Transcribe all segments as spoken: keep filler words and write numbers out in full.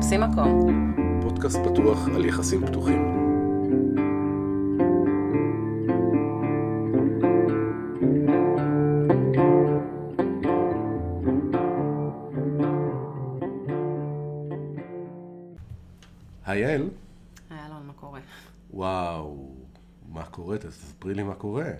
תופסים מקום. פודקאסט פתוח על יחסים פתוחים. היי יעל. היי אלון, מה קורה? וואו, מה קורה? תספרי לי מה קורה.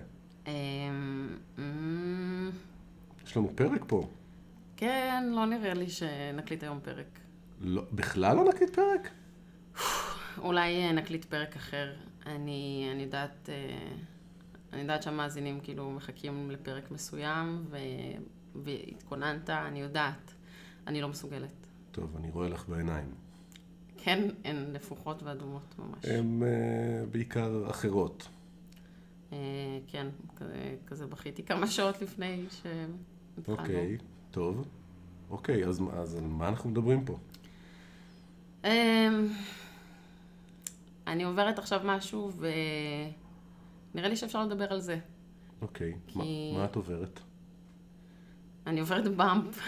יש לנו פרק פה. כן, לא נראה לי שנקליט היום פרק. לא, בכלל לא נקליט פרק? אולי נקליט פרק אחר. אני, אני יודעת, אני יודעת שהמאזינים כאילו מחכים לפרק מסוים, ו, והתכוננת, אני יודעת. אני לא מסוגלת. טוב, אני רואה לך בעיניים. כן, הן נפוחות ואדומות ממש. הן uh, בעיקר אחרות. Uh, כן, כזה, כזה בכיתי כמה שעות לפני שהתחלנו. אוקיי, טוב. אוקיי, אז, אז על מה אנחנו מדברים פה? Um, אני עוברת עכשיו משהו ונראה לי שאפשר לדבר על זה. אוקיי, כי... מה, מה את עוברת? אני עוברת באמפ.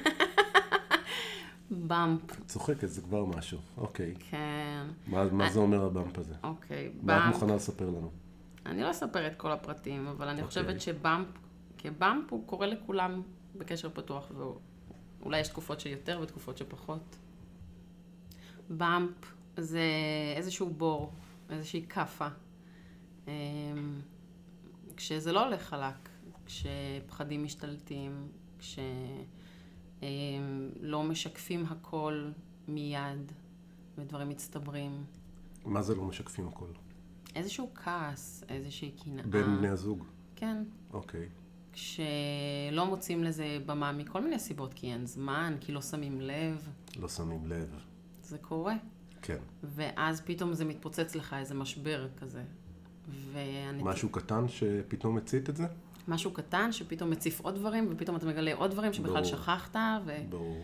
באמפ. צוחקת, זה כבר משהו. אוקיי. כן. מה, מה זה אומר הבאמפ הזה? אוקיי, מה באמפ. את מוכנה לספר לנו? אני לא אספר את כל הפרטים, אבל אני אוקיי. חושבת שבאמפ, כבאמפ הוא קורא לכולם בקשר פתוח, ואולי יש תקופות שיותר ותקופות שפחות. באמפ זה איזשהו בור, איזושהי קפה. כשזה לא הולך חלק, כשפחדים משתלטים, כשלא משקפים הכל מיד, ודברים מצטברים. מה זה לא משקפים הכל? איזשהו כעס, איזושהי קנאה. בין בני הזוג? כן. אוקיי. כשלא מוצאים לזה במה מכל מיני סיבות, כי אין זמן, כי לא שמים לב. לא שמים לב. זה קורה. כן. ואז פתאום זה מתפוצץ לך, איזה משבר כזה. ואני... משהו קטן שפתאום הצית את זה? משהו קטן שפתאום מציף עוד דברים, ופתאום אתה מגלה עוד דברים שבכלל ברור. שכחת. ו... ברור.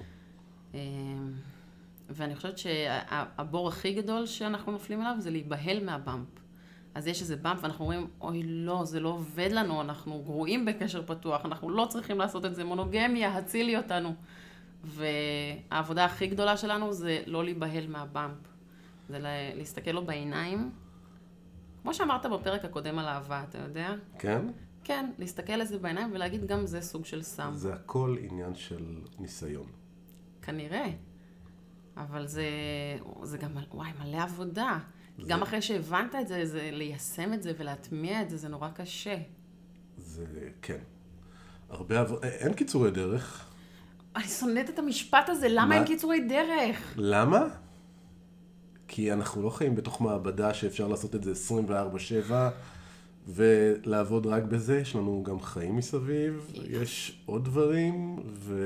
ואני חושבת שהבור הכי גדול שאנחנו נופלים אליו זה להיבהל מהבאמפ. אז יש איזה באמפ ואנחנו אומרים, אוי לא, זה לא עובד לנו, אנחנו גרועים בקשר פתוח, אנחנו לא צריכים לעשות את זה, מונוגמיה, הצילי אותנו. והעבודה הכי גדולה שלנו זה לא להיבהל מהבאמפ. זה להסתכל לו בעיניים. כמו שאמרת בפרק הקודם על אהבה, אתה יודע? כן? כן, להסתכל לזה בעיניים ולהגיד גם זה סוג של סם. זה הכל עניין של ניסיון. כנראה. אבל זה, זה גם, וואי, מלא עבודה. זה... גם אחרי שהבנת את זה, זה ליישם את זה ולהטמיע את זה, זה נורא קשה. זה, כן. הרבה עבודה, אין קיצורי דרך. אני שונאת את המשפט הזה, למה מה? אין קיצורי דרך? למה? כי אנחנו לא חיים בתוך מעבדה שאפשר לעשות את זה עשרים וארבע שבע ולעבוד רק בזה. יש לנו גם חיים מסביב, יש עוד דברים,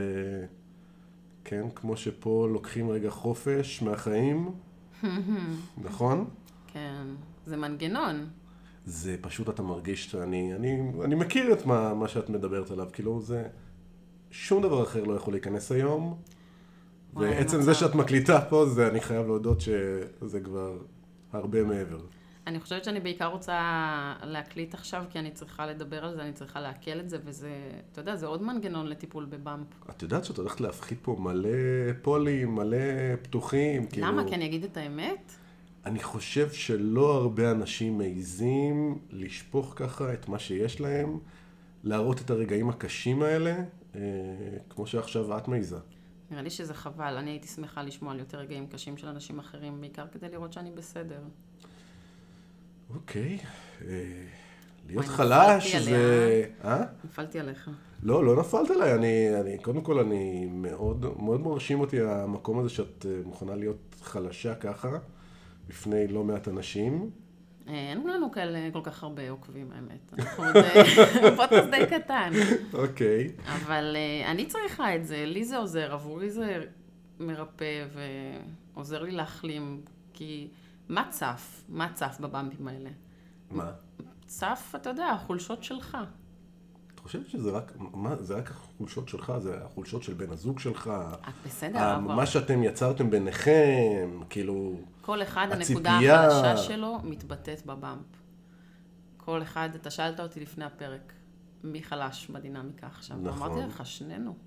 וכן, כמו שפה לוקחים רגע חופש מהחיים, נכון? כן, זה מנגנון. זה פשוט אתה מרגיש שאני, אני, אני מכיר את מה, מה שאת מדברת עליו, כאילו זה, שום דבר אחר לא יכול להיכנס היום, ועצם זה שאת מקליטה פה, זה, אני חייב להודות שזה כבר הרבה מעבר. אני חושבת שאני בעיקר רוצה להקליט עכשיו, כי אני צריכה לדבר על זה, אני צריכה להקל את זה, וזה, אתה יודע, זה עוד מנגנון לטיפול בבאמפ. את יודעת שאת הולכת להפחית פה מלא פולים, מלא פתוחים, כאילו... למה? כי אני אגיד את האמת? אני חושב שלא הרבה אנשים מעיזים לשפוך ככה את מה שיש להם, להראות את הרגעים הקשים האלה, אה, כמו שעכשיו את מעיזה. נראה לי שזה חבל, אני הייתי שמחה לשמוע על יותר רגעים קשים של אנשים אחרים, בעיקר כדי לראות שאני בסדר. אוקיי, להיות חלש זה... אה? נפלתי עליך. לא, לא נפלת עליי, אני, אני, קודם כל אני מאוד, מאוד מרשים אותי המקום הזה שאת מוכנה להיות חלשה ככה, בפני לא מעט אנשים. אין לנו כאלה כל כך הרבה עוקבים, האמת. אנחנו פודקאסט די קטן. אוקיי. אבל אני צריכה את זה, לי זה עוזר, עבורי זה מרפא ועוזר לי להחלים, כי מה צף? מה צף בבאמפים האלה? מה? צף, אתה יודע, החולשות שלך. את חושבת שזה רק, מה, זה רק החולשות שלך, זה החולשות של בן הזוג שלך? את בסדר, אבל... מה שאתם יצרתם ביניכם, כאילו... כל אחד, הציפייה... הנקודה החלשה שלו מתבטאת בבאמפ. כל אחד, אתה שאלת אותי לפני הפרק, מי חלש בדינמיקה עכשיו? נכון. אמרתי לך, שנינו.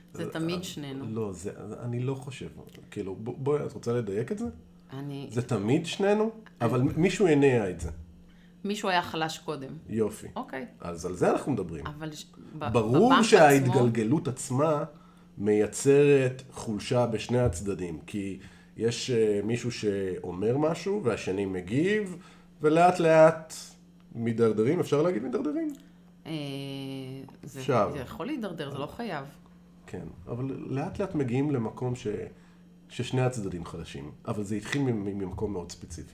זה תמיד שנינו. לא, זה, אני לא חושב. כאילו, בואי, את רוצה לדייק את זה? אני... זה תמיד שנינו, אבל מישהו הניע את זה. מישהו היה חלש קודם. יופי. אוקיי. אז על זה אנחנו מדברים. אבל ברור שההתגלגלות עצמה מייצרת חולשה בשני הצדדים, כי יש מישהו שאומר משהו והשני מגיב, ולאט לאט מדרדרים, אפשר להגיד מדרדרים? אפשר. זה יכול להידרדר, זה לא חייב. כן, אבל לאט לאט מגיעים למקום ש... ששני הצדדים חלשים, אבל זה התחיל ממקום מאוד ספציפי.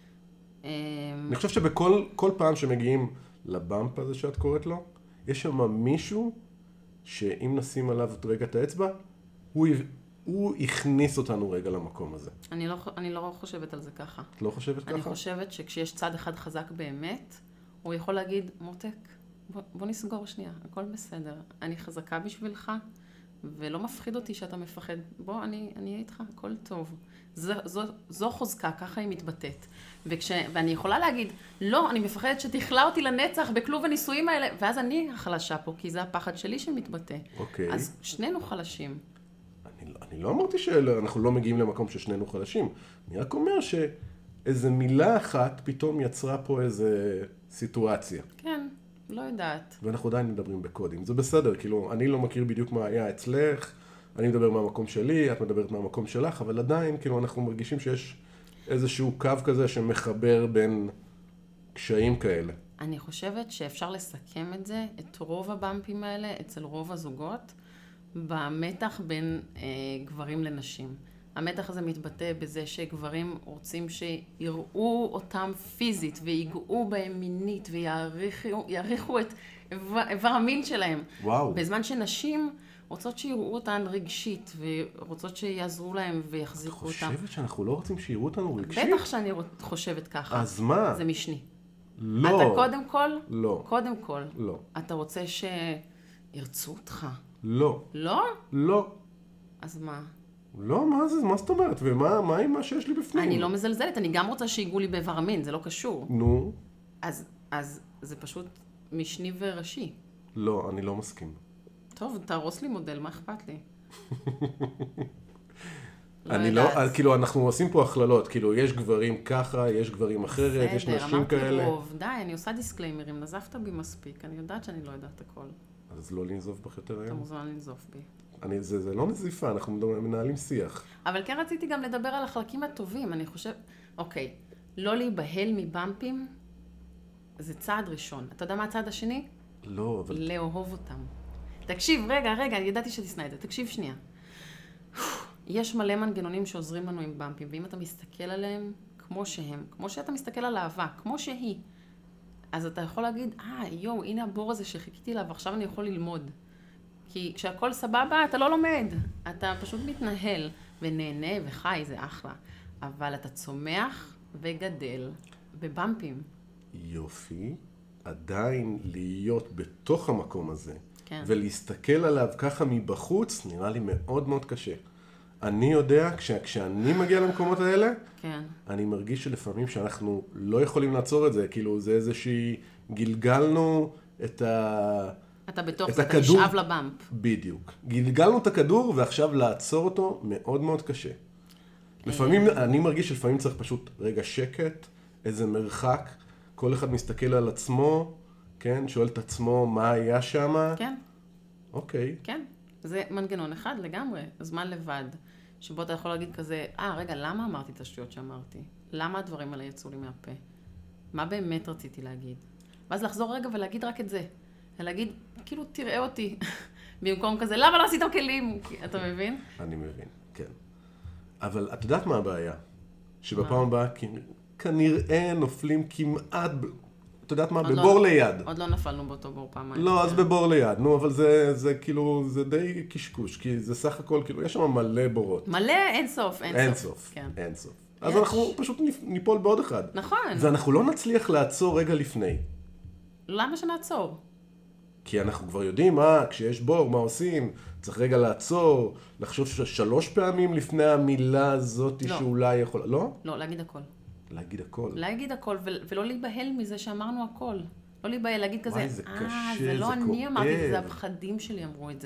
אני חושב שבכל כל פעם שמגיעים לבאמפ הזה שאת קוראת לו, יש שם מישהו שאם נשים עליו רגע את האצבע, הוא, הוא הכניס אותנו רגע למקום הזה. אני לא, אני לא חושבת על זה ככה. את לא חושבת אני ככה? אני חושבת שכשיש צד אחד חזק באמת, הוא יכול להגיד, מותק, בוא, בוא נסגור שנייה, הכל בסדר. אני חזקה בשבילך, ולא מפחיד אותי שאתה מפחד. בוא, אני אהיה איתך, הכל טוב. זו, זו, זו חוזקה, ככה היא מתבטאת. וכש, ואני יכולה להגיד, לא, אני מפחדת שתכלה אותי לנצח בכלוב הניסויים האלה, ואז אני החלשה פה, כי זה הפחד שלי שמתבטא. אוקיי. אז שנינו חלשים. אני, אני לא אמרתי שאנחנו לא מגיעים למקום ששנינו חלשים. אני רק אומר שאיזו מילה אחת פתאום יצרה פה איזו סיטואציה. כן. לא יודעת. ואנחנו עדיין מדברים בקודים. זה בסדר, כאילו, אני לא מכיר בדיוק מה היה אצלך, אני מדבר מהמקום שלי, את מדברת מהמקום שלך, אבל עדיין, כאילו, אנחנו מרגישים שיש איזשהו קו כזה שמחבר בין קשיים כאלה. אני חושבת שאפשר לסכם את זה, את רוב הבמפים האלה, אצל רוב הזוגות, במתח בין אה, גברים לנשים. המתח הזה מתבטא בזה שגברים רוצים שיראו אותם פיזית ויגעו בהם מינית ויעריכו את איבר המין שלהם. וואו. בזמן שנשים רוצות שיראו אותן רגשית ורוצות שיעזרו להם ויחזיקו אותם. את חושבת שאנחנו לא רוצים שיראו אותנו רגשית? בטח שאני חושבת ככה. אז מה? זה משני. לא. אתה קודם כל? לא. קודם כל. לא. אתה רוצה שירצו אותך? לא. לא? לא. אז מה? לא, מה זה? מה זאת אומרת? ומה מה עם מה שיש לי בפנים? אני לא מזלזלת, אני גם רוצה שיגעו לי באיבר המין, זה לא קשור. נו. אז, אז זה פשוט משני וראשי. לא, אני לא מסכים. טוב, תהרוס לי מודל, מה אכפת לי? אני לא, כאילו, אנחנו עושים פה הכללות, כאילו, יש גברים ככה, יש גברים אחרת, יש נשים כאלה. בסדר, אמרתי רוב, די, אני עושה דיסקליימרים, נזפת בי מספיק, אני יודעת שאני לא יודעת הכל. אז לא לנזוף בך יותר היום? אתה מוזמן לנזוף בי. אני, זה, זה לא נזיפה, אנחנו מנהלים שיח. אבל כן רציתי גם לדבר על החלקים הטובים, אני חושב, אוקיי, לא להיבהל מבמפים, זה צעד ראשון. אתה יודע מה הצעד השני? לא, אבל... לאהוב אותם. תקשיב, רגע, רגע, אני ידעתי שתסנה את זה, תקשיב שנייה. יש מלא מנגנונים שעוזרים לנו עם במפים, ואם אתה מסתכל עליהם כמו שהם, כמו שאתה מסתכל על אהבה, כמו שהיא, אז אתה יכול להגיד, אה, יואו, הנה הבור הזה שחיכיתי לה, ועכשיו אני יכול ללמוד. כי כשהכל סבבה, אתה לא לומד. אתה פשוט מתנהל ונהנה וחי, זה אחלה. אבל אתה צומח וגדל בבמפים. יופי, עדיין להיות בתוך המקום הזה, כן. ולהסתכל עליו ככה מבחוץ, נראה לי מאוד מאוד קשה. אני יודע, כש, כשאני מגיע למקומות האלה, כן. אני מרגיש שלפעמים שאנחנו לא יכולים לעצור את זה, כאילו זה איזושהי, גלגלנו את ה... אתה בתוך זה, אתה נשאב לבמפ. בדיוק. גלגלנו את הכדור, ועכשיו לעצור אותו מאוד מאוד קשה. לפעמים, אני מרגיש שלפעמים צריך פשוט רגע שקט, איזה מרחק, כל אחד מסתכל על עצמו, כן? שואל את עצמו מה היה שם. כן. אוקיי. כן. זה מנגנון אחד לגמרי, זמן לבד, שבו אתה יכול להגיד כזה, אה, רגע, למה אמרתי את השטויות שאמרתי? למה הדברים האלה יצאו לי מהפה? מה באמת רציתי להגיד? ואז לחזור רגע ולהגיד רק את זה. להגיד, כאילו, תראה אותי, במקום כזה, למה לא עשית כלים? אתה מבין? אני מבין, כן. אבל את יודעת מה הבעיה? שבפעם הבאה כנראה נופלים כמעט, את יודעת מה? בבור ליד. עוד לא נפלנו באותו בור פעמיים. לא, אז בבור ליד. נו, אבל זה, זה כאילו, זה די קשקוש, כי זה סך הכל, כאילו, יש שם מלא בורות. מלא, אין סוף, אין, אין סוף. סוף, כן. אין סוף. אז אנחנו פשוט ניפול בעוד אחד. נכון. ואנחנו לא נצליח לעצור רגע לפני. למה שנעצור? כי אנחנו כבר יודעים מה, כשיש בור, מה עושים, צריך רגע לעצור, לחשוב שלוש פעמים לפני המילה הזאת לא. שאולי יכול... לא? לא, להגיד הכל. להגיד הכל. להגיד הכל, ו- ולא להיבהל מזה שאמרנו הכל. לא להיבהל, להגיד כזה, וואי, זה אה, קשה, זה לא זה אני כואב. אמרתי, זה הפחדים שלי אמרו את זה.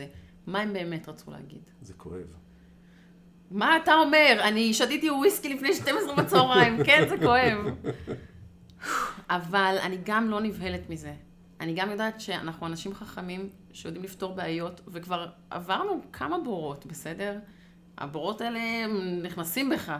מה הם באמת רצו להגיד. זה כואב. מה אתה אומר? אני שתיתי וויסקי לפני שתים עשרה בצהריים, כן, זה כואב. אבל אני גם לא נבהלת מזה. אני גם יודעת שאנחנו אנשים חכמים שיודעים לפתור בעיות, וכבר עברנו כמה בורות, בסדר? הבורות האלה נכנסים בך.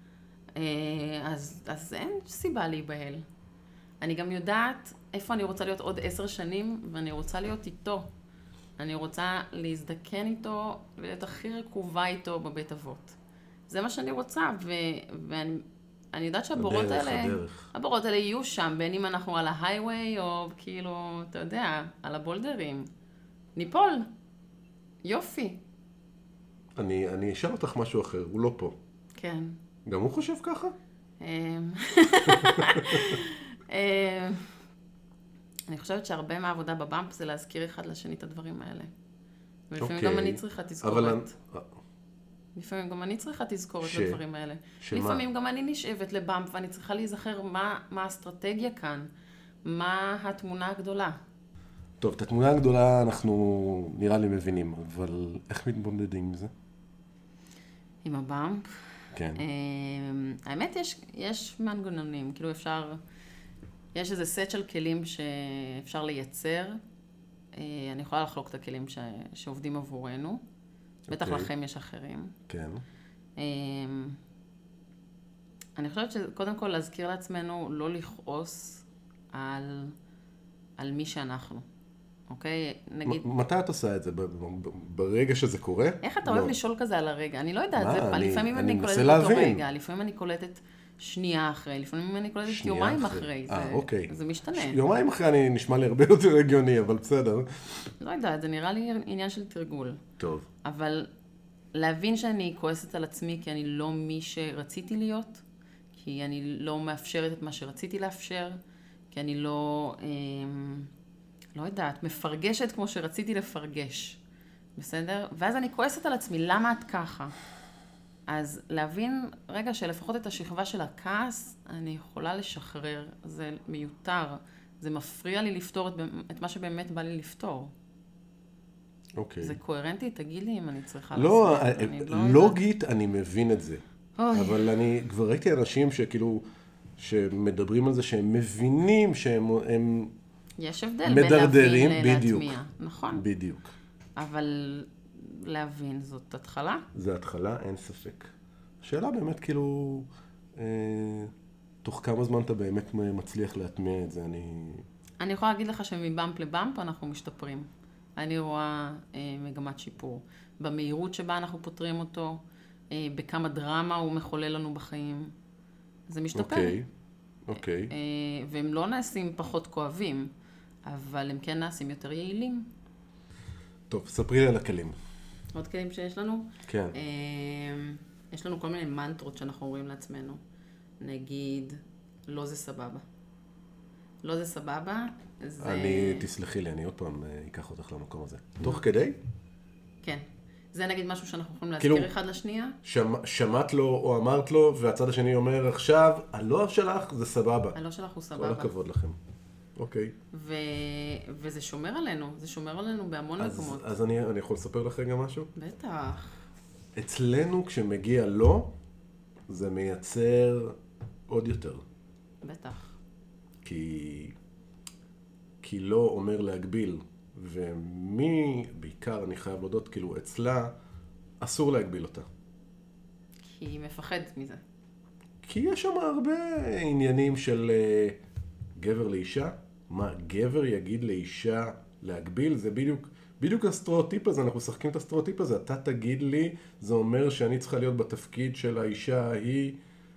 אז, אז אין סיבה להיבהל. אני גם יודעת איפה אני רוצה להיות עוד עשר שנים, ואני רוצה להיות איתו. אני רוצה להזדקן איתו, ולהיות הכי רקובה איתו בבית אבות. זה מה שאני רוצה, ו, ואני אני יודעת שהבורות הדרך, האלה, הדרך. הבורות האלה יהיו שם, בין אם אנחנו על ההייווי, או כאילו, אתה יודע, על הבולדרים. ניפול. יופי. אני, אני אשאל אותך משהו אחר, הוא לא פה. כן. גם הוא חושב ככה? אמ, אמ, אני חושבת שהרבה מהעבודה בבאמפ זה להזכיר אחד לשני את הדברים האלה. ולפעמים גם אני צריכה תזכורת. לפעמים גם אני צריכה תזכורת לדברים האלה. לפעמים גם אני נשאבת לבאמפ ואני צריכה להיזכר מה האסטרטגיה כאן, מה התמונה הגדולה. טוב, את התמונה הגדולה אנחנו נראה לי מבינים, אבל איך מתמודדים עם זה? עם הבאמפ? כן. האמת יש, יש מנגנונים, כאילו אפשר, יש איזה סט של כלים שאפשר לייצר. אני יכולה לחלוק את הכלים ש, שעובדים עבורנו. בטח Okay. לכם יש אחרים. כן. אני חושבת שקודם כל להזכיר לעצמנו לא לכעוס על, על מי שאנחנו. אוקיי? נגיד... מתי את עושה את זה? ברגע שזה קורה? איך אתה אוהב לשאול כזה על הרגע? אני לא יודעת, מה? אני, לפעמים אני אני קולטת אותו רגע, לפעמים אני קולטת שנייה אחרי, לפעמים אני קולטת יומיים אחרי. אה, זה, אוקיי. זה משתנה. יומיים אחרי אני נשמע לי הרבה יותר הגיוני, אבל בסדר. לא יודעת, זה נראה לי עניין של תרגול. טוב. אבל להבין שאני כועסת על עצמי כי אני לא מי שרציתי להיות, כי אני לא מאפשרת את מה שרציתי לאפשר, כי אני לא, אה, לא יודעת, מפרגשת כמו שרציתי לפרגש. בסדר? ואז אני כועסת על עצמי, למה את ככה? אז להבין, רגע, שלפחות את השכבה של הכעס, אני יכולה לשחרר. זה מיותר. זה מפריע לי לפתור את, את מה שבאמת בא לי לפתור. אוקיי. זה קוהרנטי? תגיד לי אם אני צריכה לא, להסביר. אני לא לוגית אני מבין את זה. אוי. אבל אני כבר ראיתי אנשים שכאילו, שמדברים על זה שהם מבינים שהם הם יש הבדל בין להבין בדיוק, להטמיע. נכון. בדיוק. אבל להבין זאת התחלה? זה התחלה, אין ספק. השאלה באמת כאילו, אה, תוך כמה זמן אתה באמת מצליח להטמיע את זה, אני... אני יכולה להגיד לך שמבאמפ לבאמפ אנחנו משתפרים. אני רואה אה, מגמת שיפור. במהירות שבה אנחנו פותרים אותו, אה, בכמה דרמה הוא מחולל לנו בחיים. זה משתפר. אוקיי, אוקיי. אה, והם לא נעשים פחות כואבים, אבל הם כן נעשים יותר יעילים. טוב, ספרי לי על הכלים. עוד כלים שיש לנו? כן. אה, יש לנו כל מיני מנטרות שאנחנו אומרים לעצמנו. נגיד, לא זה סבבה. לא זה סבבה, זה... אני, תסלחי לי, אני עוד פעם אקח אותך למקום הזה. תוך כדי? כן. זה נגיד משהו שאנחנו יכולים כאילו, להזכיר אחד לשנייה. שמע, שמעת לו או אמרת לו, והצד השני אומר עכשיו, הלא שלך זה סבבה. הלא שלך הוא סבבה. כל הכבוד לכם. אוקיי. ו... וזה שומר עלינו, זה שומר עלינו בהמון אז, מקומות. אז אני, אני יכול לספר לך רגע משהו? בטח. אצלנו כשמגיע לא, זה מייצר עוד יותר. בטח. כי, כי לא אומר להגביל, ומי, בעיקר אני חייב להודות, כאילו אצלה, אסור להגביל אותה. כי היא מפחדת מזה. כי יש שם הרבה עניינים של uh, גבר לאישה. מה גבר יגיד לאישה להגביל? זה בדיוק, בדיוק הסטריאוטיפ הזה, אנחנו משחקים את הסטריאוטיפ הזה. אתה תגיד לי, זה אומר שאני צריכה להיות בתפקיד של האישה ההיא,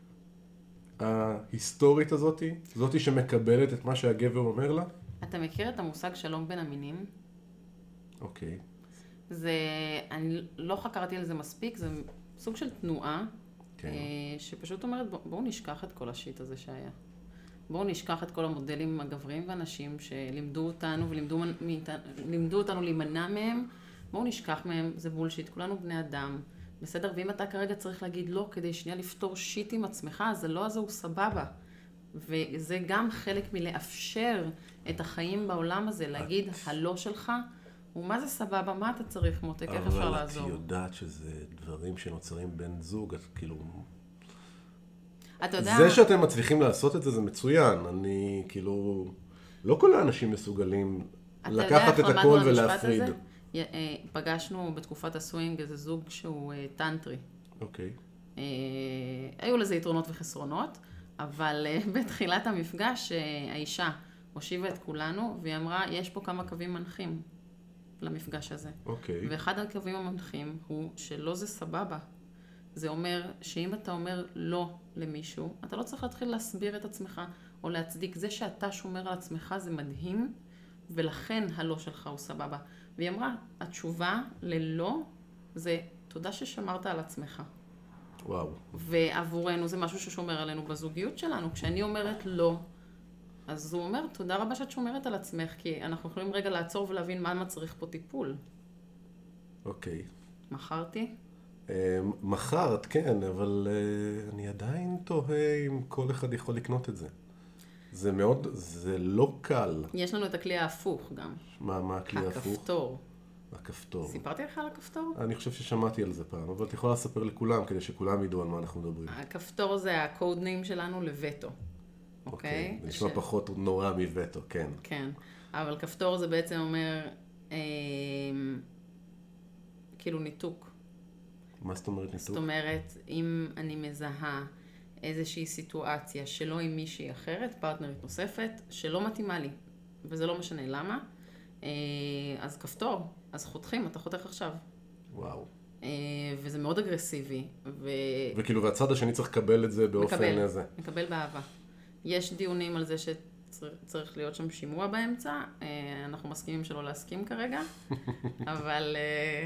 ההיסטורית הזאת, זאת שמקבלת את מה שהגבר אומר לה? אתה מכיר את המושג שלום בין המינים? אוקיי. זה, אני לא חקרתי על זה מספיק, זה סוג של תנועה, כן. שפשוט אומרת, בואו נשכח את כל השיט הזה שהיה. בואו נשכח את כל המודלים הגבריים והנשים שלימדו אותנו ולימדו לימדו אותנו להימנע מהם. בואו נשכח מהם, זה בולשיט, כולנו בני אדם. בסדר? ואם אתה כרגע צריך להגיד לא כדי שנייה לפתור שיט עם עצמך, אז הלא הזה הוא סבבה. וזה גם חלק מלאפשר את החיים בעולם הזה, להגיד הלא שלך הוא מה זה סבבה, מה אתה צריך מותק, איך אפשר לעזור? אבל את יודעת שזה דברים שנוצרים בין זוג, את כאילו... אתה יודע... זה שאתם מצליחים לעשות את זה, זה מצוין. אני כאילו... לא כל האנשים מסוגלים לקחת את הכל ולהפריד. פגשנו בתקופת הסווינג איזה זוג שהוא טנטרי. אוקיי. היו לזה יתרונות וחסרונות, אבל בתחילת המפגש האישה הושיבה את כולנו, והיא אמרה, יש פה כמה קווים מנחים למפגש הזה. אוקיי. ואחד הקווים המנחים הוא שלא זה סבבה. זה אומר שאם אתה אומר לא למישהו, אתה לא צריך להתחיל להסביר את עצמך או להצדיק. זה שאתה שומר על עצמך זה מדהים, ולכן הלא שלך הוא סבבה. והיא אמרה, התשובה ללא זה תודה ששמרת על עצמך. וואו. ועבורנו זה משהו ששומר עלינו בזוגיות שלנו. כשאני אומרת לא, אז הוא אומר, תודה רבה שאת שומרת על עצמך, כי אנחנו יכולים רגע לעצור ולהבין מה מצריך פה טיפול. אוקיי. מכרתי? מכרת, כן, אבל אני עדיין תוהה אם כל אחד יכול לקנות את זה. זה מאוד, זה לא קל. יש לנו את הכלי ההפוך גם. מה, מה הכלי ההפוך? הכפתור. הכפתור. סיפרתי לך על הכפתור? אני חושב ששמעתי על זה פעם, אבל את יכולה לספר לכולם, כדי שכולם ידעו על מה אנחנו מדברים. הכפתור זה הקוד ניים שלנו לווטו. אוקיי? זה נשמע פחות נורא מווטו, כן. כן, אבל כפתור זה בעצם אומר, כאילו ניתוק. מה זאת אומרת ניתוק? זאת אומרת, אם אני מזהה איזושהי סיטואציה שלא עם מישהי אחרת, פרטנרית נוספת, שלא מתאימה לי, וזה לא משנה למה, אז כפתור, אז חותכים, אתה חותך עכשיו. וואו. וזה מאוד אגרסיבי. ו... וכאילו, והצד השני צריך לקבל את זה באופן הזה. מקבל באהבה. יש דיונים על זה שצריך להיות שם שימוע באמצע, אנחנו מסכימים שלא להסכים כרגע, אבל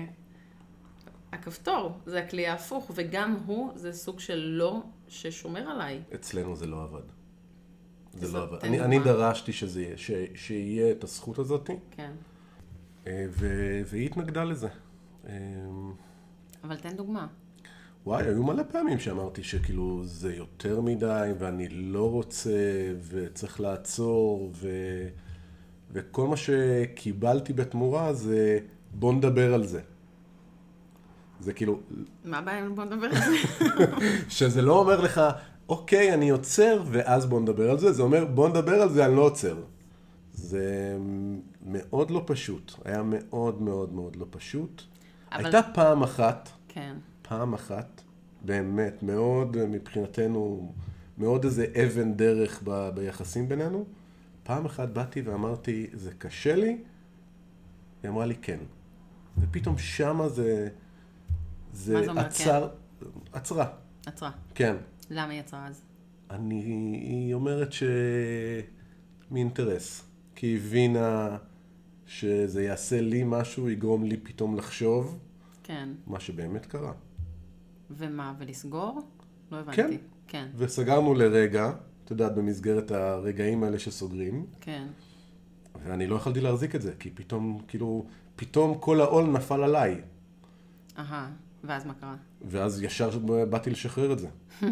הכפתור זה הכלי ההפוך, וגם הוא זה סוג של לא ששומר עליי. אצלנו זה לא עבד. זה לא עבד. אני, אני דרשתי שזה יהיה, ש, שיהיה את הזכות הזאת. כן. ו, והיא התנגדה לזה. אבל תן דוגמה. וואי, היו מלא פעמים שאמרתי שכאילו זה יותר מדי, ואני לא רוצה, וצריך לעצור, ו... וכל מה שקיבלתי בתמורה זה בוא נדבר על זה. זה כאילו... מה הבעיה בוא נדבר על זה? שזה לא אומר לך, אוקיי, אני עוצר, ואז בוא נדבר על זה. זה אומר, בוא נדבר על זה, אני לא עוצר. זה מאוד לא פשוט. היה מאוד מאוד מאוד לא פשוט. אבל... הייתה פעם אחת, כן. פעם אחת, באמת, מאוד מבחינתנו, מאוד איזה אבן דרך ב... ביחסים בינינו. פעם אחת באתי ואמרתי, זה קשה לי? היא אמרה לי כן. ופתאום שמה זה... זה, זה עצר, כן? עצרה. עצרה. כן. למה היא עצרה אז? אני, היא אומרת ש... מאינטרס. כי היא הבינה שזה יעשה לי משהו, יגרום לי פתאום לחשוב. כן. מה שבאמת קרה. ומה, ולסגור? לא הבנתי. כן. כן. וסגרנו לרגע, אתה יודעת, במסגרת הרגעים האלה שסוגרים. כן. ואני לא יכולתי להחזיק את זה, כי פתאום, כאילו, פתאום כל העול נפל עליי. אהה, ואז מה קרה? ואז ישר באתי לשחרר את זה.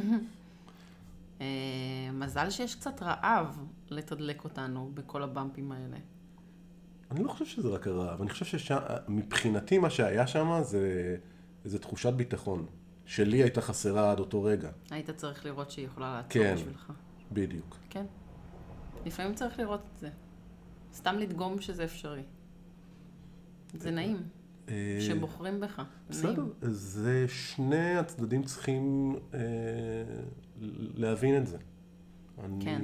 מזל שיש קצת רעב לתדלק אותנו בכל הבמפים האלה. אני לא חושב שזה רק הרעב, אני חושב שמבחינתי מה שהיה שם זה איזו תחושת ביטחון, שלי הייתה חסרה עד אותו רגע. היית צריך לראות שהיא יכולה לעצור כן, בשבילך. בדיוק. כן, לפעמים צריך לראות את זה. סתם לדגום שזה אפשרי. זה נעים. שבוחרים בך. בסדר, זה שני הצדדים צריכים אה, להבין את זה. אני, כן.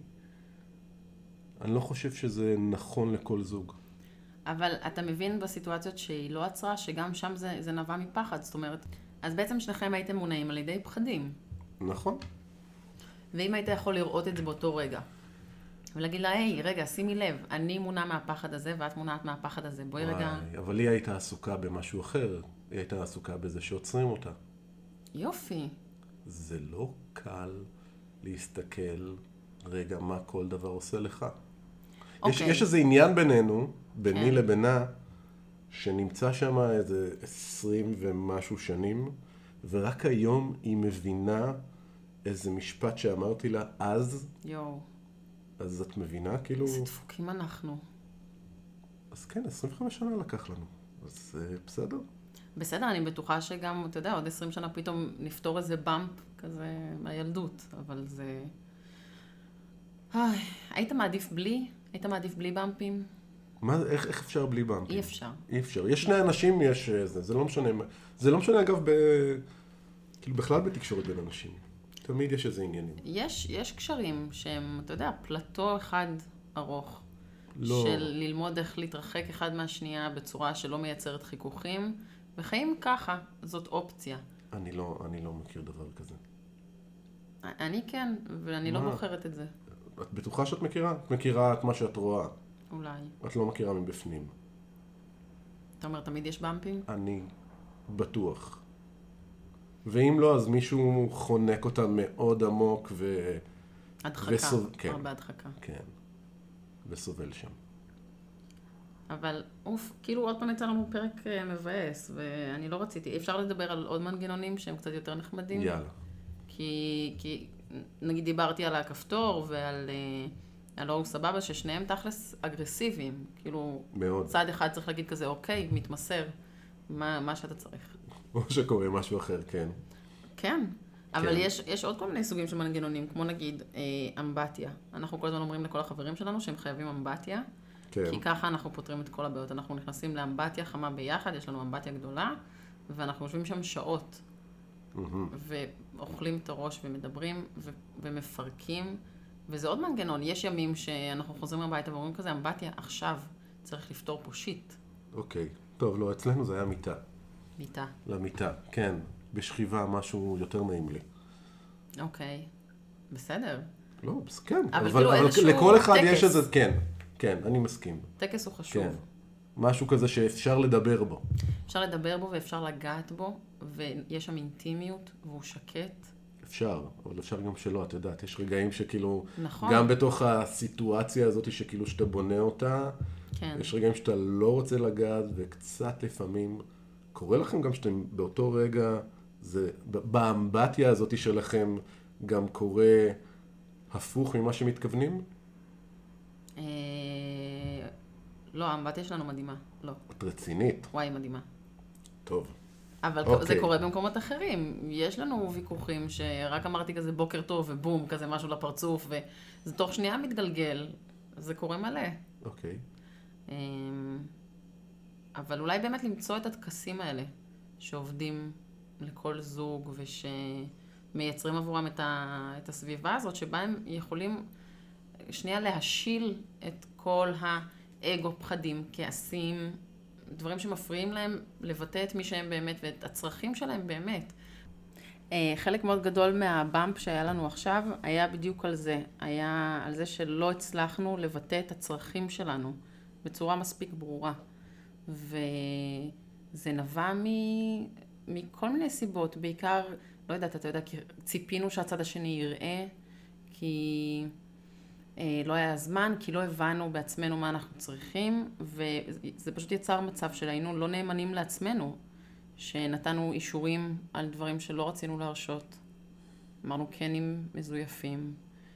אני לא חושב שזה נכון לכל זוג. אבל אתה מבין בסיטואציות שהיא לא עצרה, שגם שם זה, זה נבע מפחד, זאת אומרת, אז בעצם שניכם הייתם מונעים על ידי פחדים. נכון. ואם היית יכול לראות את זה באותו רגע, ולהגיד לה, היי, רגע, שימי לב, אני מונע מהפחד הזה, ואת מונעת מהפחד הזה, בואי וואי, רגע... אבל היא הייתה עסוקה במשהו אחר, היא הייתה עסוקה בזה שעוצרים אותה. יופי. זה לא קל להסתכל, רגע, מה כל דבר עושה לך. Okay. יש, יש איזה עניין בינינו, ביני okay. לבינה, שנמצא שם איזה עשרים ומשהו שנים, ורק היום היא מבינה איזה משפט שאמרתי לה אז, יו. אז את מבינה, כאילו... איזה דפוקים אנחנו. אז כן, עשרים וחמש שנה לקח לנו. אז uh, בסדר. בסדר, אני בטוחה שגם, אתה יודע, עוד עשרים שנה פתאום נפתור איזה באמפ כזה מהילדות, אבל זה... איי, היית מעדיף בלי? היית מעדיף בלי באמפים? מה, איך, איך אפשר בלי באמפים? אי אפשר. אי אפשר. יש שני אנשים, יש זה, זה לא משנה. זה לא משנה, אגב, ב... כאילו בכלל בתקשורת בין אנשים. תמיד יש איזה עניינים. יש, יש קשרים שהם, אתה יודע, פלטו אחד ארוך. לא. של ללמוד איך להתרחק אחד מהשנייה בצורה שלא מייצרת חיכוכים, וחיים ככה, זאת אופציה. אני לא, אני לא מכיר דבר כזה. אני כן, ואני לא מה? בוחרת את זה. את בטוחה שאת מכירה? את מכירה את מה שאת רואה. אולי. את לא מכירה מבפנים. אתה אומר, תמיד יש באמפים? אני בטוח. ואם לא, אז מישהו חונק אותה מאוד עמוק ו... הדחקה, וסוב... כן, הרבה הדחקה. כן. וסובל שם. אבל אוף, כאילו עוד פעם יצא לנו פרק אה, מבאס, ואני לא רציתי. אפשר לדבר על עוד מנגנונים שהם קצת יותר נחמדים? יאללה. כי, כי נגיד דיברתי על הכפתור ועל אה, על אור סבבה, ששניהם תכלס אגרסיביים. כאילו, מאוד. צד אחד צריך להגיד כזה, אוקיי, מתמסר, מה, מה שאתה צריך. או שקורה משהו אחר, כן. כן, אבל כן. יש, יש עוד כל מיני סוגים של מנגנונים, כמו נגיד אה, אמבטיה. אנחנו כל הזמן אומרים לכל החברים שלנו שהם חייבים אמבטיה, כן. כי ככה אנחנו פותרים את כל הבעיות. אנחנו נכנסים לאמבטיה חמה ביחד, יש לנו אמבטיה גדולה, ואנחנו יושבים שם שעות, מהמם. ואוכלים את הראש ומדברים ו- ומפרקים, וזה עוד מנגנון. יש ימים שאנחנו חוזרים הביתה ואומרים כזה, אמבטיה, עכשיו צריך לפתור פה שיט. אוקיי. טוב, לא, אצלנו זה היה מיטה. מיטה. למיטה, כן. בשכיבה משהו יותר נעים לי. אוקיי. בסדר. לא, אז כן. אבל כאילו איזשהו לכל אחד טקס. יש איזה, כן. כן, אני מסכים. טקס הוא חשוב. כן. משהו כזה שאפשר לדבר בו. אפשר לדבר בו ואפשר לגעת בו, ויש שם אינטימיות, והוא שקט. אפשר, אבל אפשר גם שלא, את יודעת, יש רגעים שכאילו, נכון. גם בתוך הסיטואציה הזאת שכאילו שאתה בונה אותה, כן. יש רגעים שאתה לא רוצה לגעת, וקצת לפעמים, קורה לכם גם שאתם באותו רגע, זה, באמבטיה הזאת שלכם, גם קורה הפוך ממה שמתכוונים? אה, לא, האמבטיה שלנו מדהימה. לא. את רצינית. וואי, מדהימה. טוב. אבל אוקיי. זה קורה במקומות אחרים. יש לנו ויכוחים שרק אמרתי כזה בוקר טוב ובום, כזה משהו לפרצוף, וזה תוך שנייה מתגלגל. זה קורה מלא. אוקיי. אמ, אבל אולי באמת למצוא את הטקסים האלה, שעובדים לכל זוג ושמייצרים עבורם את, ה, את הסביבה הזאת, שבה הם יכולים שנייה להשיל את כל האגו, פחדים, כעסים, דברים שמפריעים להם לבטא את מי שהם באמת ואת הצרכים שלהם באמת. חלק מאוד גדול מהבאמפ שהיה לנו עכשיו היה בדיוק על זה. היה על זה שלא הצלחנו לבטא את הצרכים שלנו בצורה מספיק ברורה. וזה נבע מ... מכל מיני סיבות. בעיקר, לא יודעת, אתה יודע, כי ציפינו שהצד השני יראה, כי אה, לא היה זמן, כי לא הבנו בעצמנו מה אנחנו צריכים, וזה פשוט יצר מצב שהיינו לא נאמנים לעצמנו, שנתנו אישורים על דברים שלא רצינו להרשות. אמרנו קנים מזויפים,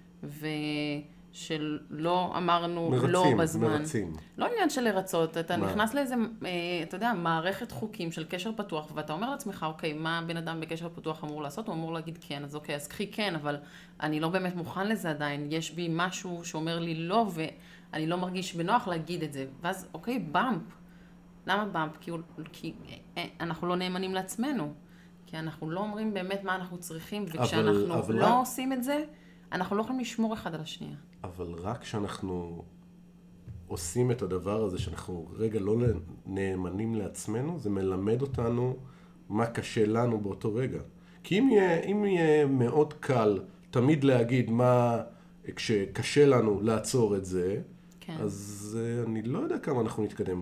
ושלא אמרנו מרצים, לא בזמן. מרצים. לא עניין של לרצות, אתה מה? נכנס לאיזה, אה, אתה יודע, מערכת חוקים של קשר פתוח, ואתה אומר לעצמך, אוקיי, מה בן אדם בקשר פתוח אמור לעשות? הוא אמור להגיד כן, אז אוקיי, אז קחי כן, אבל אני לא באמת מוכן לזה עדיין, יש בי משהו שאומר לי לא, ואני לא מרגיש בנוח להגיד את זה. ואז, אוקיי, באמפ. למה באמפ? כי, כי אה, אנחנו לא נאמנים לעצמנו. כי אנחנו לא אומרים באמת מה אנחנו צריכים, וכשאנחנו אבל, אבל לא רק... עושים את זה, אנחנו לא יכולים לשמור אחד על השנייה. אבל רק כשאנחנו עושים את הדבר הזה, שאנחנו רגע לא נאמנים לעצמנו, זה מלמד אותנו מה קשה לנו באותו רגע. כי אם יהיה, אם יהיה מאוד קל תמיד להגיד מה, כשקשה לנו לעצור את זה, כן. אז uh, אני לא יודע כמה אנחנו נתקדם.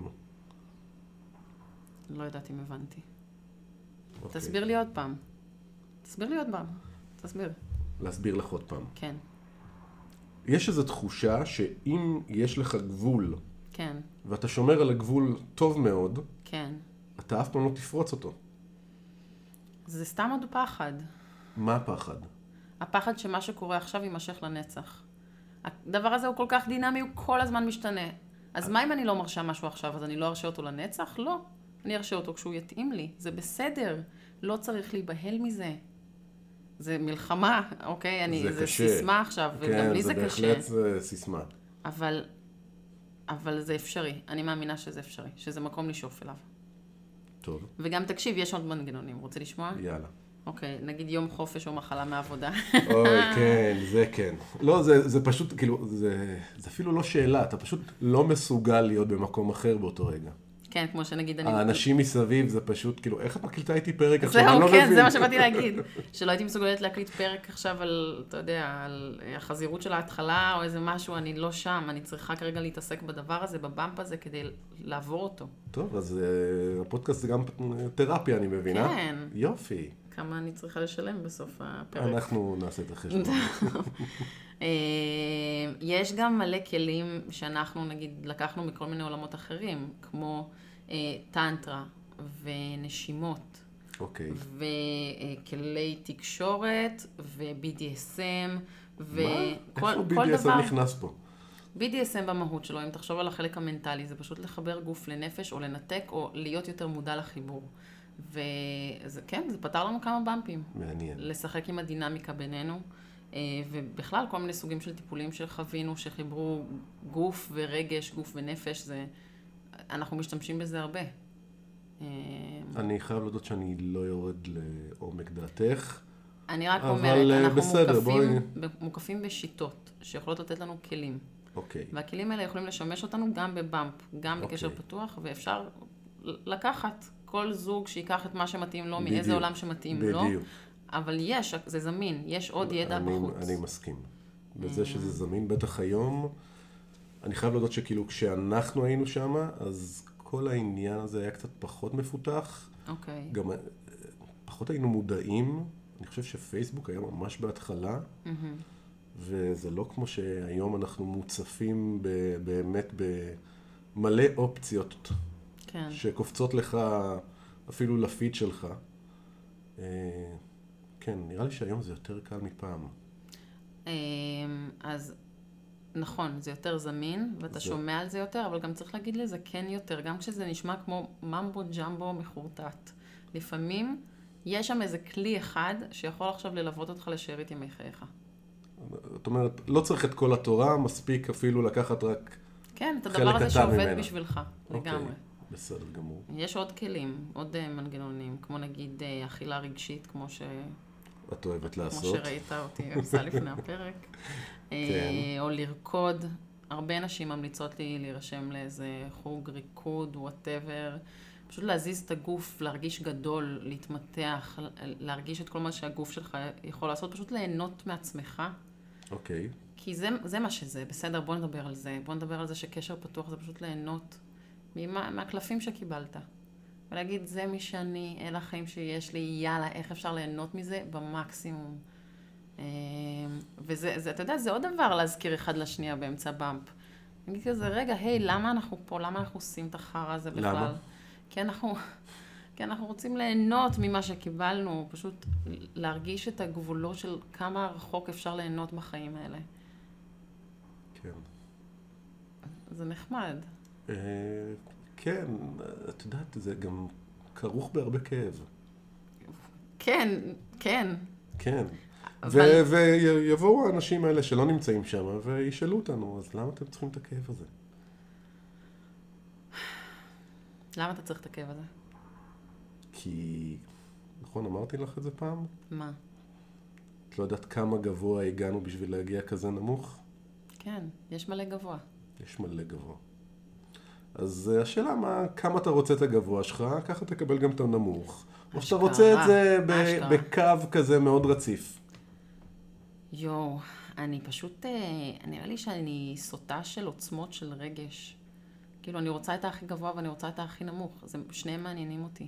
לא יודעת אם הבנתי. אוקיי. תסביר לי עוד פעם. תסביר לי עוד פעם. תסביר. להסביר לך עוד פעם. כן. יש איזו תחושה שאם יש לך גבול, כן. ואתה שומר על הגבול טוב מאוד, כן. אתה אף פעם לא תפרוץ אותו. זה סתם עוד פחד. מה הפחד? הפחד שמה שקורה עכשיו יימשך לנצח. הדבר הזה הוא כל כך דינמי, הוא כל הזמן משתנה. אז מה אם אני לא מרשה משהו עכשיו, אז אני לא ארשה אותו לנצח? לא. אני ארשה אותו כשהוא יתאים לי. זה בסדר. לא צריך להיבהל מזה. זה מלחמה, אוקיי? אני, זה זה קשה. סיסמה עכשיו, כן, וגם לי זה זה קשה. בהחלט זה סיסמה. אבל, אבל זה אפשרי. אני מאמינה שזה אפשרי. שזה מקום לשאוף אליו. טוב. וגם תקשיב, יש עוד מנגנונים. רוצה לשמוע? יאללה. אוקיי, נגיד יום חופש או מחלה מעבודה. אוי, כן, זה כן. לא, זה, זה פשוט, כאילו, זה, זה אפילו לא שאלה, אתה פשוט לא מסוגל להיות במקום אחר באותו רגע. כן, כמו שנגיד אני... האנשים מסביב זה פשוט, כאילו, איך את מקליטה איתי פרק עכשיו? אני לא זהו, כן, מבין. זה מה שבאתי להגיד. שלא הייתי מסוגלת להקליט פרק עכשיו על, אתה יודע, על החזירות של ההתחלה או איזה משהו, אני לא שם, אני צריכה כרגע להתעסק בדבר הזה, בבמפ הזה, כדי לעבור אותו. טוב, אז uh, הפודקאסט זה גם תרפיה, אני מבינה. כן. יופי. כמה אני צריכה לשלם בסוף הפרק. אנחנו נעשה את החשבון. יש גם מלא כלים שאנחנו, נגיד, לקחנו מכל מיני עולמות אחרים, כמו טנטרה ונשימות. אוקיי. וכלי תקשורת ו-בי די אס אם וכל מה? איפה בי די אס אם נכנס פה? בי די אס אם במהות שלו, אם תחשוב על החלק המנטלי, זה פשוט לחבר גוף לנפש או לנתק או להיות יותר מודע לחיבור. וזה, כן, זה פתר לנו כמה במפים. מעניין. לשחק עם הדינמיקה בינינו, ובכלל כל מיני סוגים של טיפולים שחווינו, שחיברו גוף ורגש, גוף ונפש, זה, אנחנו משתמשים בזה הרבה. אני חייב להודות שאני לא יורד לעומק דעתך. אני רק אומרת, אנחנו בסדר, מוקפים, מוקפים בשיטות שיכולות לתת לנו כלים. אוקיי. והכלים האלה יכולים לשמש אותנו גם בבמפ, גם בקשר פתוח, ואפשר לקחת כל זוג שיקח את מה שמתאים לו, מאיזה עולם שמתאים לו. בדיוק. אבל יש, זה זמין, יש עוד ידע בחוץ. אני מסכים. בזה שזה זמין, בטח היום, אני חייב להודות שכאילו כשאנחנו היינו שם, אז כל העניין הזה היה קצת פחות מפותח. אוקיי. גם פחות היינו מודעים. אני חושב שפייסבוק היה ממש בהתחלה, וזה לא כמו שהיום אנחנו מוצפים באמת במלא אופציות. כן. שקופצות לך אפילו לפיד שלך. כן, נראה לי שהיום זה יותר קל מפעם. אז נכון, זה יותר זמין, ואתה שומע על זה יותר, אבל גם צריך להגיד לזה כן יותר, גם כשזה נשמע כמו ממבו ג'מבו מחורטט. לפעמים יש שם איזה כלי אחד שיכול עכשיו ללוות אותך לשארית ימי חייך. זאת אומרת, לא צריך את כל התורה, מספיק אפילו לקחת רק כן, את הדבר הזה שעובד בשבילך, לגמרי. בסדר גמור. יש עוד כלים, עוד מנגנונים, כמו נגיד אכילה רגשית, כמו ש... את אוהבת לעשות. כמו שראית אותי עושה לפני הפרק. כן. או לרקוד. הרבה נשים ממליצות לי להירשם לאיזה חוג ריקוד, whatever. פשוט להזיז את הגוף, להרגיש גדול, להתמתח, להרגיש את כל מה שהגוף שלך יכול לעשות, פשוט ליהנות מעצמך. אוקיי. כי זה, זה מה שזה, בסדר, בוא נדבר על זה. בוא נדבר על זה שקשר פתוח זה פשוט ליהנות ממה, מהקלפים שקיבלת. ולהגיד, זה מי שאני, אלה החיים שיש לי, יאללה, איך אפשר ליהנות מזה במקסימום. וזה, זה, אתה יודע, זה עוד דבר להזכיר אחד לשנייה באמצע במפ. נגיד כזה, רגע, היי, למה אנחנו פה? למה אנחנו עושים את החרא הזה בכלל? למה? כי אנחנו, כי אנחנו רוצים ליהנות ממה שקיבלנו, פשוט להרגיש את הגבולות של כמה רחוק אפשר ליהנות בחיים האלה. כן. זה נחמד. כן, את יודעת, זה גם כרוך בהרבה כאב. כן, כן. כן. אבל... ויבואו האנשים האלה שלא נמצאים שם וישאלו אותנו, אז למה אתם צריכים את הכאב הזה? למה אתה צריך את הכאב הזה? כי, נכון, אמרתי לך את זה פעם? מה? את לא יודעת כמה גבוה הגענו בשביל להגיע כזה נמוך? כן, יש מלא גבוה. יש מלא גבוה. אז השאלה מה, כמה אתה רוצה את הגבוה שלך, ככה תקבל גם את הנמוך. או שאתה רוצה את זה בקו כזה מאוד רציף. יו, אני פשוט, נראה לי שאני סוטה של עוצמות של רגש. כאילו, אני רוצה את הכי גבוה ואני רוצה את הכי נמוך. זה שניהם מעניינים אותי.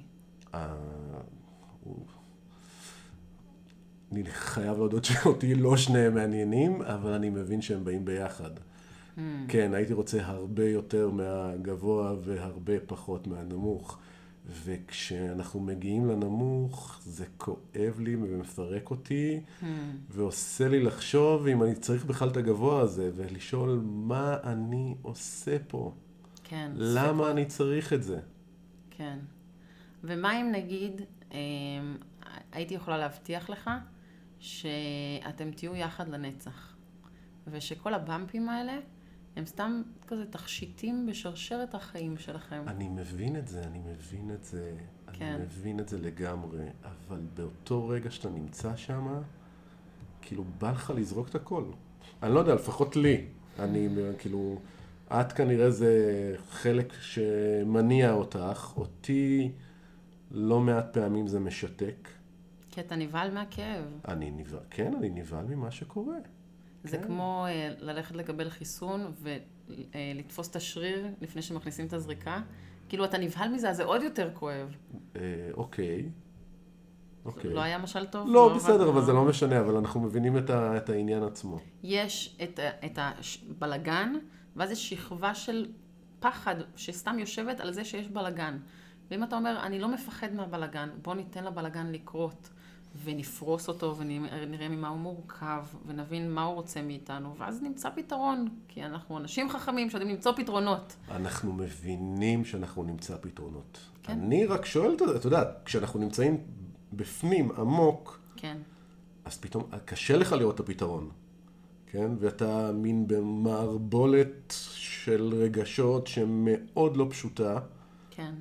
אני חייב להודות שאותי לא שניהם מעניינים, אבל אני מבין שהם באים ביחד. כן, הייתי רוצה הרבה יותר מהגבוה והרבה פחות מהנמוך. וכשאנחנו מגיעים לנמוך, זה כואב לי ומפרק אותי, ועושה לי לחשוב אם אני צריך בכלל את הגבוה הזה, ולשאול מה אני עושה פה. כן. למה אני צריך את זה? כן. ומה אם נגיד, הייתי יכולה להבטיח לך שאתם תהיו יחד לנצח, ושכל הבמפים האלה הם סתם כזה תכשיטים בשרשרת החיים שלכם. אני מבין את זה, אני מבין את זה, כן. אני מבין את זה לגמרי, אבל באותו רגע שאתה נמצא שם, כאילו בא לך לזרוק את הכל. אני לא יודע, לפחות לי. אני כאילו, את כנראה זה חלק שמניע אותך, אותי לא מעט פעמים זה משתק. כי אתה נבהל מהכאב. אני נבהל, כן, אני נבהל ממה שקורה. זה כן. כמו uh, ללכת לקבל חיסון ולתפוס uh, את השריר לפני שמכניסים את הזריקה. כאילו אתה נבהל מזה, אז זה עוד יותר כואב. אה, אוקיי. אוקיי. לא היה משל טוב? לא, לא בסדר, אבל זה לא משנה, אבל אנחנו מבינים את, ה, את העניין עצמו. יש את, את הבלגן, ואז יש שכבה של פחד שסתם יושבת על זה שיש בלגן. ואם אתה אומר, אני לא מפחד מהבלגן, בוא ניתן לבלגן לקרות, ונפרוס אותו, ונראה ממה הוא מורכב, ונבין מה הוא רוצה מאיתנו, ואז נמצא פתרון, כי אנחנו אנשים חכמים שיודעים למצוא פתרונות. אנחנו מבינים שאנחנו נמצא פתרונות. כן. אני רק שואל, אתה יודע, כשאנחנו נמצאים בפנים עמוק, כן. אז פתאום קשה לך לראות את הפתרון, כן? ואתה מין במערבולת של רגשות שמאוד לא פשוטה. כן.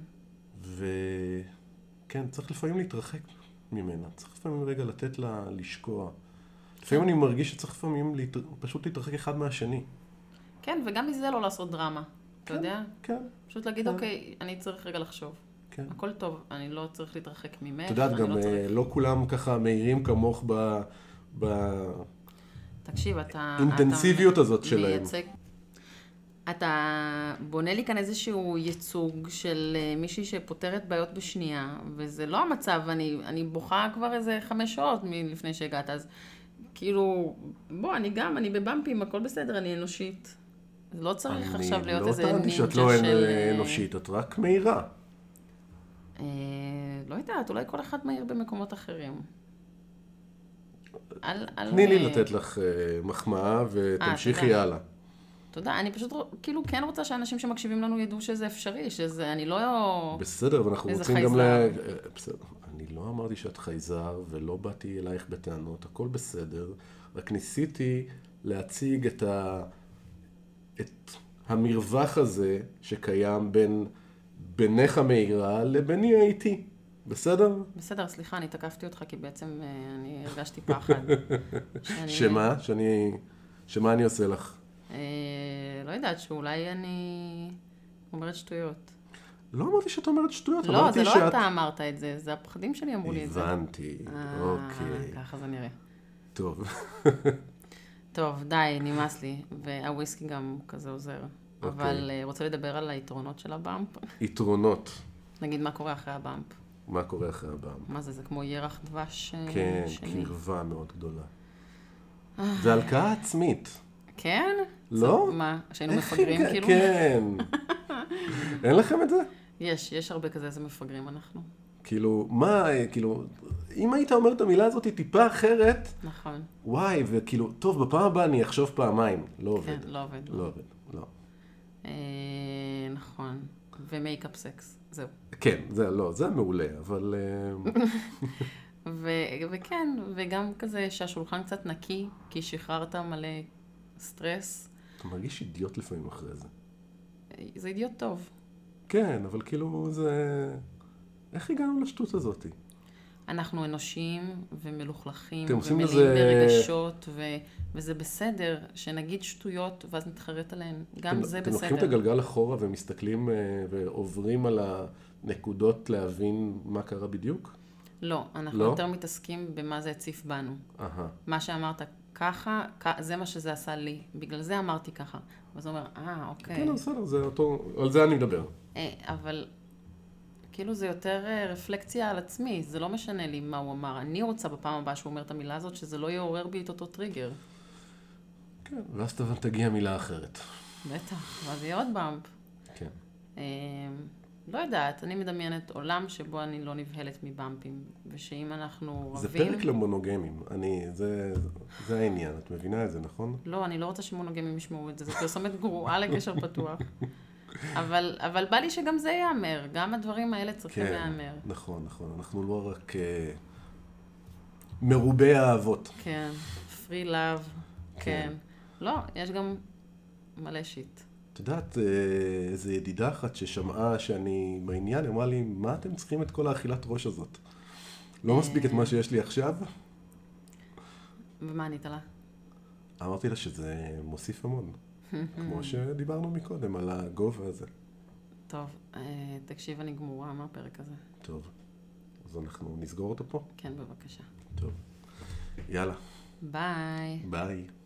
וכן, צריך לפעמים להתרחק ממנה. צריך לפעמים רגע לתת לה לשקוע. לפעמים אני מרגיש שצריך לפעמים להת... פשוט להתרחק אחד מהשני. כן, וגם מזה לא לעשות דרמה. אתה יודע? כן. פשוט להגיד, אוקיי, אני צריך רגע לחשוב. כן. הכל טוב, אני לא צריך להתרחק ממך. אתה יודעת, גם לא כולם ככה מהירים כמוך ב... ב... תקשיב, אתה... אינטנסיביות הזאת שלהם. אתה בונה לי כאן איזשהו ייצוג של מישהי שפותרת בעיות בשנייה, וזה לא המצב, אני, אני בוכה כבר איזה חמש שעות מלפני שהגעת, אז כאילו, בוא, אני גם, אני בבמפים, הכל בסדר, אני אנושית. לא צריך עכשיו להיות איזה נינג'ה של... אני לא טענתי שאת לא אנושית, את רק מהירה. אה, לא יודעת, אולי כל אחד מהיר במקומות אחרים. על, על... תני לי לתת לך מחמאה ותמשיכי הלאה. תודה, אני פשוט כאילו כן רוצה שאנשים שמקשיבים לנו ידעו שזה אפשרי, שזה אני לא... בסדר, ואנחנו רוצים גם ל... בסדר, אני לא אמרתי שאת חייזר ולא באתי אלייך בטענות, הכל בסדר, רק ניסיתי להציג את, ה... את המרווח הזה שקיים בין בינך המהירה לביני האיטי, בסדר? בסדר, סליחה, אני תקפתי אותך כי בעצם אני הרגשתי פחד. שאני... שמה? שאני... שמה אני עושה לך? לא יודעת, שאולי אני אומרת שטויות. לא אמרתי שאת אומרת שטויות, לא, זה לא אתה אמרת את זה, זה הפחדים שלי אמרו לי את זה. הבנתי, אוקיי. ככה זה נראה. טוב. טוב, די, נמאס לי, והוויסקי גם כזה עוזר. אבל רוצה לדבר על היתרונות של הבאמפ? יתרונות. נגיד, מה קורה אחרי הבאמפ? מה קורה אחרי הבאמפ? מה זה, זה כמו ירח דבש שני? כן, קרבה מאוד גדולה. זה הלקאה עצמית. כן? לא? מה? שהיינו מפגרים כאילו? כן. אין לכם את זה? יש, יש הרבה כזה, איזה מפגרים אנחנו. כאילו, מה, כאילו, אם היית אומר את המילה הזאת טיפה אחרת, נכון. וואי, וכאילו, טוב, בפעם הבאה אני אחשוב פעמיים. לא עובד. כן, לא עובד. לא עובד, לא. נכון. ומייקאפ סקס, זהו. כן, זה לא, זה מעולה, אבל... וכן, וגם כזה שהשולחן קצת נקי, כי שחררת מלא סטרס. אתה מרגיש אידיוט לפעמים אחרי זה. זה אידיוט טוב. כן, אבל כאילו זה... איך הגענו לשטות הזאת? אנחנו אנושיים ומלוכלכים ומלאים לזה... ברגשות, ו... וזה בסדר שנגיד שטויות ואז נתחרט עליהן. גם אתם, זה אתם בסדר. אתם לוקחים את הגלגל אחורה ומסתכלים ועוברים על הנקודות להבין מה קרה בדיוק? לא, אנחנו לא? יותר מתעסקים במה זה הציף בנו. Aha. מה שאמרת ככה, זה מה שזה עשה לי. בגלל זה אמרתי ככה. ואז הוא אומר, אה, אוקיי. כן, בסדר, זה אותו... על זה אני מדבר. אבל כאילו זה יותר רפלקציה על עצמי. זה לא משנה לי מה הוא אמר. אני רוצה בפעם הבאה שהוא אומר את המילה הזאת, שזה לא יעורר בי את אותו טריגר. כן, ואז תגיע מילה אחרת. בטח, ואז יהיה עוד באמפ. כן. לא יודעת, אני מדמיינת עולם שבו אני לא נבהלת מבאמפים, ושאם אנחנו זה רבים... זה פרק למונוגמים, אני, זה, זה העניין, את מבינה את זה, נכון? לא, אני לא רוצה שמונוגמים ישמעו את זה, זה פרסומת גרועה לקשר פתוח. אבל, אבל בא לי שגם זה יאמר, גם הדברים האלה צריכים כן, להיאמר. נכון, נכון. אנחנו לא רק אה, מרובי האהבות. כן, free love, כן. כן. לא, יש גם מלא שיט. את יודעת, אה, איזו ידידה אחת ששמעה שאני בעניין, אמרה לי, מה אתם צריכים את כל האכילת ראש הזאת? לא מספיק את מה שיש לי עכשיו? ומה ענית לה? אמרתי לה שזה מוסיף המון. כמו שדיברנו מקודם על הגובה הזה. טוב, אה, תקשיב, אני גמורה מהפרק הזה. טוב, אז אנחנו נסגור אותו פה? כן, בבקשה. טוב. יאללה. ביי. ביי.